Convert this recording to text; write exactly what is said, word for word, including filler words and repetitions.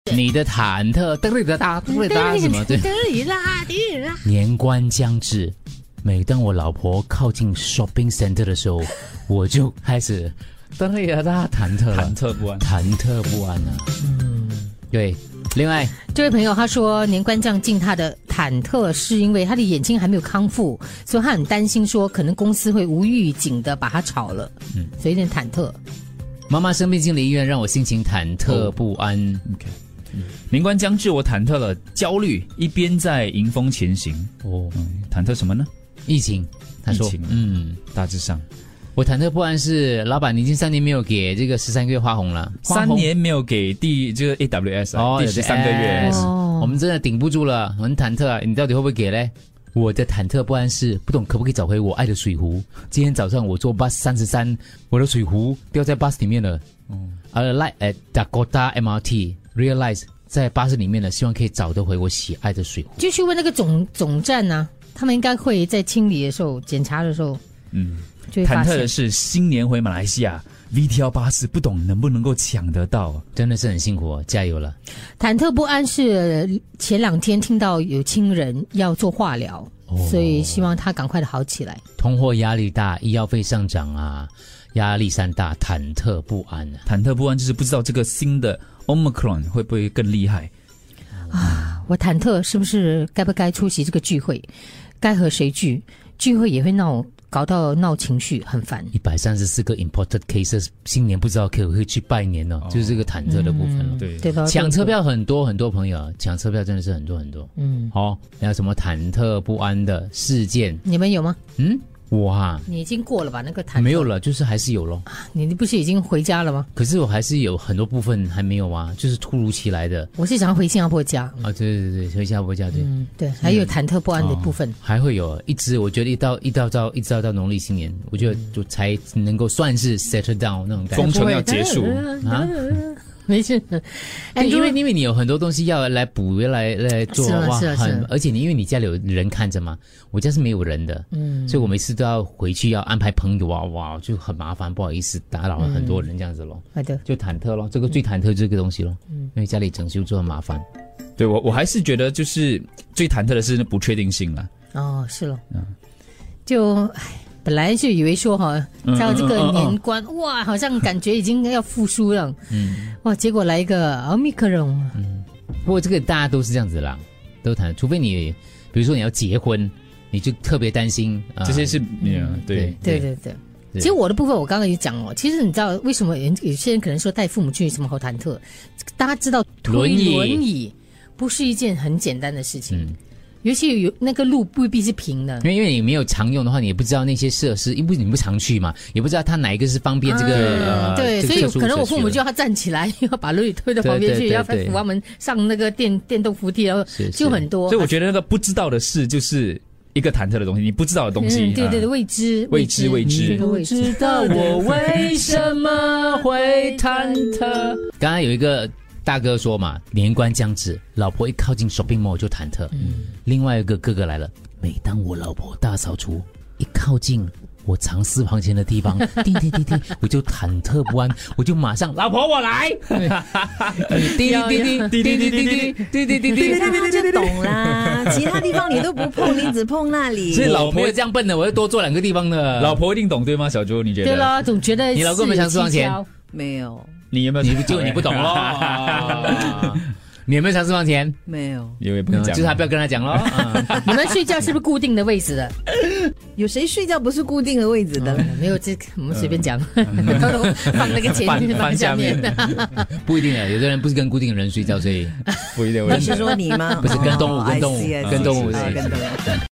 你的忐忑，嘚哩哒哒，嘚哩哒什么？对，年关将至，每当我老婆靠近 shopping center 的时候，我就开始嘚哩哒哒忐忑了， 忐忑不安， 忐忑不安啊。嗯，对。另外， 这位朋友他说，年关将近，他的忐忑是因为他的眼睛还没有康复，所以他很担心说，可能公司会无预警的把他炒了，嗯，所以有点忐忑。 妈妈生病进了医院，让我心情忐忑不安。 Oh. OK。年关将至，我忐忑了，焦虑，一边在迎风前行。哦，嗯，忐忑什么呢？ 疫情，他说， 疫情， 嗯， 大致上， 我忐忑不安是老板，你已经三年没有给这个十三个月花红了， 三年没有给第这个 A W S 啊， 哦， 第十三个月， 哦，我们真的顶不住了，很忐忑啊，你到底会不会给嘞？我的忐忑不安是不懂可不可以找回我爱的水壶。今天早上我坐 bus 三十三，我的水壶掉在 bus 里面了。嗯，而 like at Dakota M R T realize 在巴士里面了，希望可以找得回我喜爱的水壶。 就去问那个总总站啊，他们应该会在清理的时候、检查的时候， 嗯，忐忑的是新年回马来西亚 V T L 巴士，不懂能不能够抢得到， 真的是很辛苦哦，加油了。 忐忑不安是前两天听到有亲人要做化疗，哦，所以希望他赶快的好起来。 通货压力大，医药费上涨啊，压力山大，忐忑不安啊。 忐忑不安就是不知道这个新的 Omicron 会不会更厉害啊！我忐忑是不是该不该出席这个聚会，该和谁聚，聚会也会闹。搞到闹情绪，很烦。 一百三十四个 imported cases， 新年不知道可不可以去拜年呢，哦？就是这个忐忑的部分了，嗯。 对， 对吧？ 抢车票很多很多朋友，抢车票真的是很多很多。嗯，好，哦，还有什么忐忑不安的事件？ 你们有吗？ 嗯。我啊， 你已经过了吧？那个忐忑没有了，就是还是有咯。 你不是已经回家了吗？ 可是我还是有很多部分还没有啊，就是突如其来的。 我是想要回新加坡家啊，对对对，回新加坡家，对， 嗯，对，还有忐忑不安的部分， 哦，还会有，一直我觉得一到一到到一直到到农历新年，我觉得就才能够算是 settle down 那种感觉， 封城要结束啊。没事， 对，因为因为你有很多东西要来补来来做， 是啊是啊是啊， 而且你因为你家里有人看着嘛，我家是没有人的，嗯，所以我每次都要回去要安排朋友啊，哇，就很麻烦，不好意思打扰了很多人这样子咯， 好的， 就忐忑咯，这个最忐忑这个东西咯，嗯，因为家里整修就很麻烦。 对，我我还是觉得就是最忐忑的是不确定性了。 哦，是咯，嗯，就唉。本来就以为说哈，到这个年关，嗯嗯嗯嗯哇，好像感觉已经要复苏了，嗯，哇，结果来一个奥密克戎， 嗯，不过这个大家都是这样子啦，都谈，除非你，比如说你要结婚，你就特别担心， 呃、这些是，嗯，对， 对对对。其实我的部分我刚刚有讲哦，其实你知道为什么人有些人可能说带父母去什么好忐忑？大家知道推轮椅, 轮椅不是一件很简单的事情。嗯，尤其有那个路未必是平的， 因为因为你没有常用的话，你也不知道那些设施，因为你不常去嘛，也不知道它哪一个是方便这个。 啊呃、 对， 这个、 所以可能我父母就要他站起来，要把轮椅推到旁边去，要扶他们上那个电电动扶梯，然后就很多。 所以我觉得那个不知道的事就是一个忐忑的东西，你不知道的东西， 嗯、对对对，未知未知未知。 不知道我为什么会忐忑。刚刚有一个。大哥说嘛，年关将至，老婆一靠近 shopping mall 就忐忑。嗯，另外一个哥哥来了，每当我老婆大扫除，一靠近我藏私房钱的地方，滴滴滴滴，我就忐忑不安，我就马上老婆我来，滴滴滴滴滴滴滴滴滴滴滴滴滴， 这样就懂啦。其他地方你都不碰，你只碰那里。 所以老婆这样笨的，我要多做两个地方的。 老婆一定懂对吗？小猪，你觉得？ 对啦，总觉得你老公没藏私房钱？ 没有。 你有没有？ 你就你不懂咯。你有没有藏私房钱？ 没有， 因为不能讲， 就是他不要跟他讲咯。 你们睡觉是不是固定的位置的？ 有谁睡觉不是固定的位置的？ 没有，这我们随便讲，偷偷放那个钱放下面。 不一定的，有的人不是跟固定的人睡觉，所以不一定。 你是说你吗？ 不是跟动物，跟动物，跟动物， 跟动物。